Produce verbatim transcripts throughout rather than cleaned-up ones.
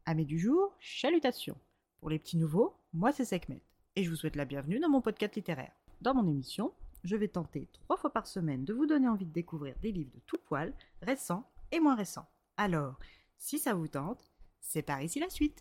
Amis du jour, chalutations. Pour les petits nouveaux, moi c'est Sekhmet et je vous souhaite la bienvenue dans mon podcast littéraire. Dans mon émission, je vais tenter trois fois par semaine de vous donner envie de découvrir des livres de tout poil, récents et moins récents. Alors, si ça vous tente, c'est par ici la suite.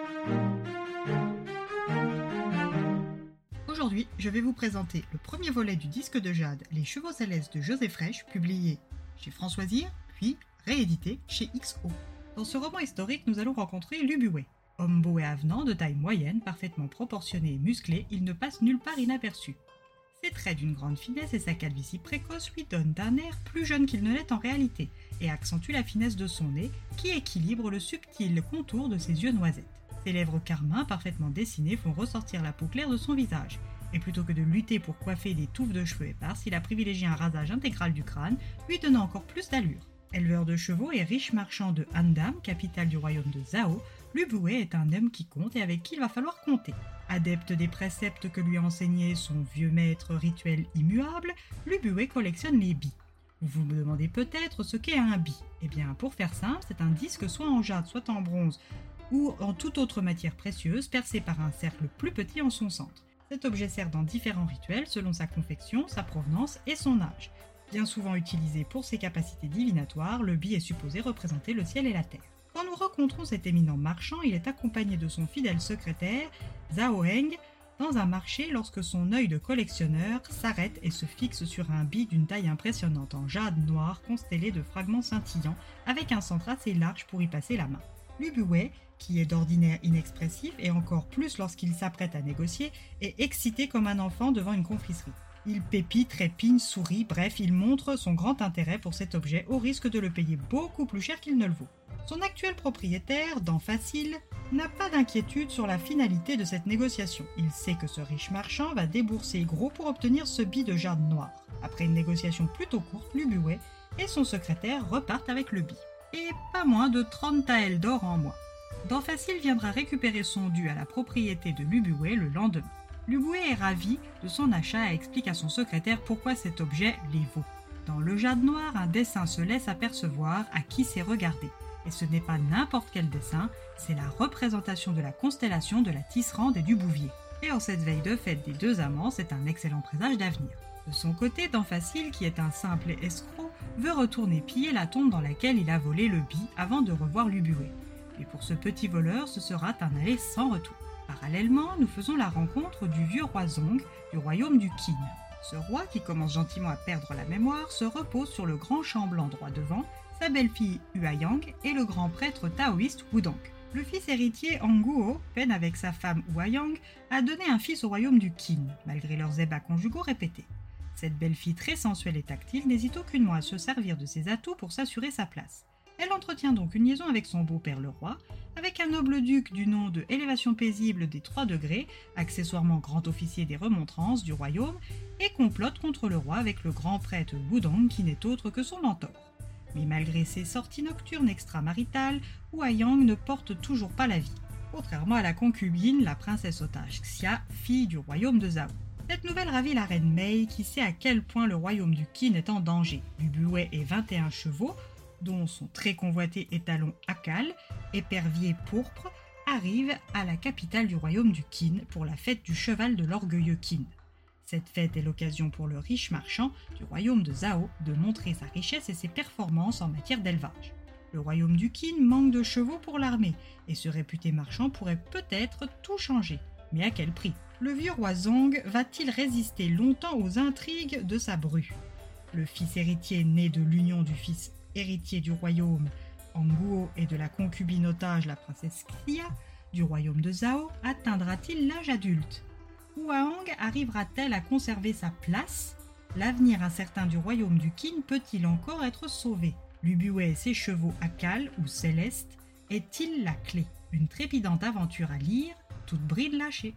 Aujourd'hui, je vais vous présenter le premier volet du disque de Jade, Les Chevaux Célestes de José Frêche, publié chez Françoisir, puis réédité chez X O. Dans ce roman historique, nous allons rencontrer Lubué. Homme beau et avenant, de taille moyenne, parfaitement proportionné et musclé, il ne passe nulle part inaperçu. Ses traits d'une grande finesse et sa calvitie précoce lui donnent un air plus jeune qu'il ne l'est en réalité, et accentuent la finesse de son nez, qui équilibre le subtil contour de ses yeux noisettes. Ses lèvres carmin, parfaitement dessinées, font ressortir la peau claire de son visage. Et plutôt que de lutter pour coiffer des touffes de cheveux éparses, il a privilégié un rasage intégral du crâne, lui donnant encore plus d'allure. Éleveur de chevaux et riche marchand de Handam, capitale du royaume de Zhao, Lubué est un homme qui compte et avec qui il va falloir compter. Adepte des préceptes que lui a enseignés son vieux maître rituel immuable, Lubué collectionne les bis. Vous me demandez peut-être ce qu'est un bi. Eh bien, pour faire simple, c'est un disque soit en jade, soit en bronze, ou en toute autre matière précieuse, percé par un cercle plus petit en son centre. Cet objet sert dans différents rituels selon sa confection, sa provenance et son âge. Bien souvent utilisé pour ses capacités divinatoires, le bi est supposé représenter le ciel et la terre. Quand nous rencontrons cet éminent marchand, il est accompagné de son fidèle secrétaire, Zhao Heng, dans un marché lorsque son œil de collectionneur s'arrête et se fixe sur un bi d'une taille impressionnante en jade noir constellé de fragments scintillants, avec un centre assez large pour y passer la main. Lubué, qui est d'ordinaire inexpressif et encore plus lorsqu'il s'apprête à négocier, est excité comme un enfant devant une confiserie. Il pépite, trépigne, sourit, bref, il montre son grand intérêt pour cet objet au risque de le payer beaucoup plus cher qu'il ne le vaut. Son actuel propriétaire, Dent Facile, n'a pas d'inquiétude sur la finalité de cette négociation. Il sait que ce riche marchand va débourser gros pour obtenir ce bi de jade noir. Après une négociation plutôt courte, Lubué et son secrétaire repartent avec le bi. Et pas moins de trente taels d'or en moins. Dent Facile viendra récupérer son dû à la propriété de Lubué le lendemain. Lubué est ravi de son achat et explique à son secrétaire pourquoi cet objet les vaut. Dans le jade noir, un dessin se laisse apercevoir à qui sait regarder. Et ce n'est pas n'importe quel dessin, c'est la représentation de la constellation de la Tisserande et du Bouvier. Et en cette veille de fête des deux amants, c'est un excellent présage d'avenir. De son côté, Dent Facile, qui est un simple escroc, veut retourner piller la tombe dans laquelle il a volé le bi avant de revoir Lubué. Et pour ce petit voleur, ce sera un aller sans retour. Parallèlement, nous faisons la rencontre du vieux roi Zong du royaume du Qin. Ce roi, qui commence gentiment à perdre la mémoire, se repose sur le grand champ blanc droit devant, sa belle-fille Huaiyang et le grand prêtre taoïste Wudong. Le fils héritier Anguo peine avec sa femme Huaiyang à donner un fils au royaume du Qin, malgré leurs ébats conjugaux répétés. Cette belle-fille très sensuelle et tactile n'hésite aucunement à se servir de ses atouts pour s'assurer sa place. Elle entretient donc une liaison avec son beau-père le roi, avec un noble duc du nom de Élévation paisible des trois degrés, accessoirement grand officier des remontrances du royaume, et complote contre le roi avec le grand prêtre Wudong qui n'est autre que son mentor. Mais malgré ses sorties nocturnes extramaritales, Huaiyang ne porte toujours pas la vie, contrairement à la concubine, la princesse otage Xia, fille du royaume de Zhao. Cette nouvelle ravit la reine Mei qui sait à quel point le royaume du Qin est en danger. Lubué et vingt et un chevaux, dont son très convoité étalon Akal, épervier pourpre, arrivent à la capitale du royaume du Qin pour la fête du cheval de l'orgueilleux Qin. Cette fête est l'occasion pour le riche marchand du royaume de Zhao de montrer sa richesse et ses performances en matière d'élevage. Le royaume du Qin manque de chevaux pour l'armée, et ce réputé marchand pourrait peut-être tout changer. Mais à quel prix ? Le vieux roi Zong va-t-il résister longtemps aux intrigues de sa bru ? Le fils héritier né de l'union du fils héritier du royaume Anguo et de la concubine otage la princesse Xia du royaume de Zhao atteindra-t-il l'âge adulte ? Huaiyang arrivera-t-elle à conserver sa place ? L'avenir incertain du royaume du Qin peut-il encore être sauvé ? Lubué et ses chevaux Akal ou Céleste est-il la clé ? Une trépidante aventure à lire, toute bride lâchée.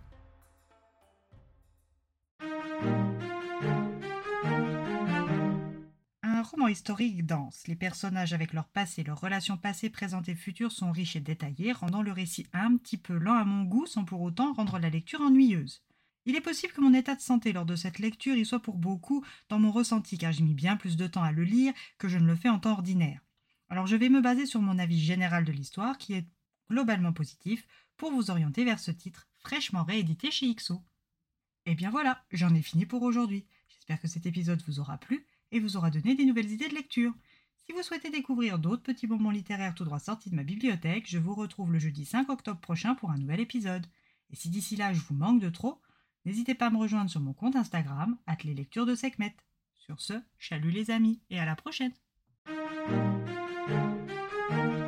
Un roman historique dense. Les personnages avec leur passé, leurs relations passées, présentes et futures sont riches et détaillés, rendant le récit un petit peu lent à mon goût sans pour autant rendre la lecture ennuyeuse. Il est possible que mon état de santé lors de cette lecture y soit pour beaucoup dans mon ressenti, car j'ai mis bien plus de temps à le lire que je ne le fais en temps ordinaire. Alors je vais me baser sur mon avis général de l'histoire, qui est globalement positif pour vous orienter vers ce titre fraîchement réédité chez X O. Et bien voilà, j'en ai fini pour aujourd'hui. J'espère que cet épisode vous aura plu et vous aura donné des nouvelles idées de lecture. Si vous souhaitez découvrir d'autres petits bonbons littéraires tout droit sortis de ma bibliothèque, je vous retrouve le jeudi cinq octobre prochain pour un nouvel épisode. Et si d'ici là je vous manque de trop, n'hésitez pas à me rejoindre sur mon compte Instagram, arobase les lectures de Sekhmet. Sur ce, chalut les amis et à la prochaine!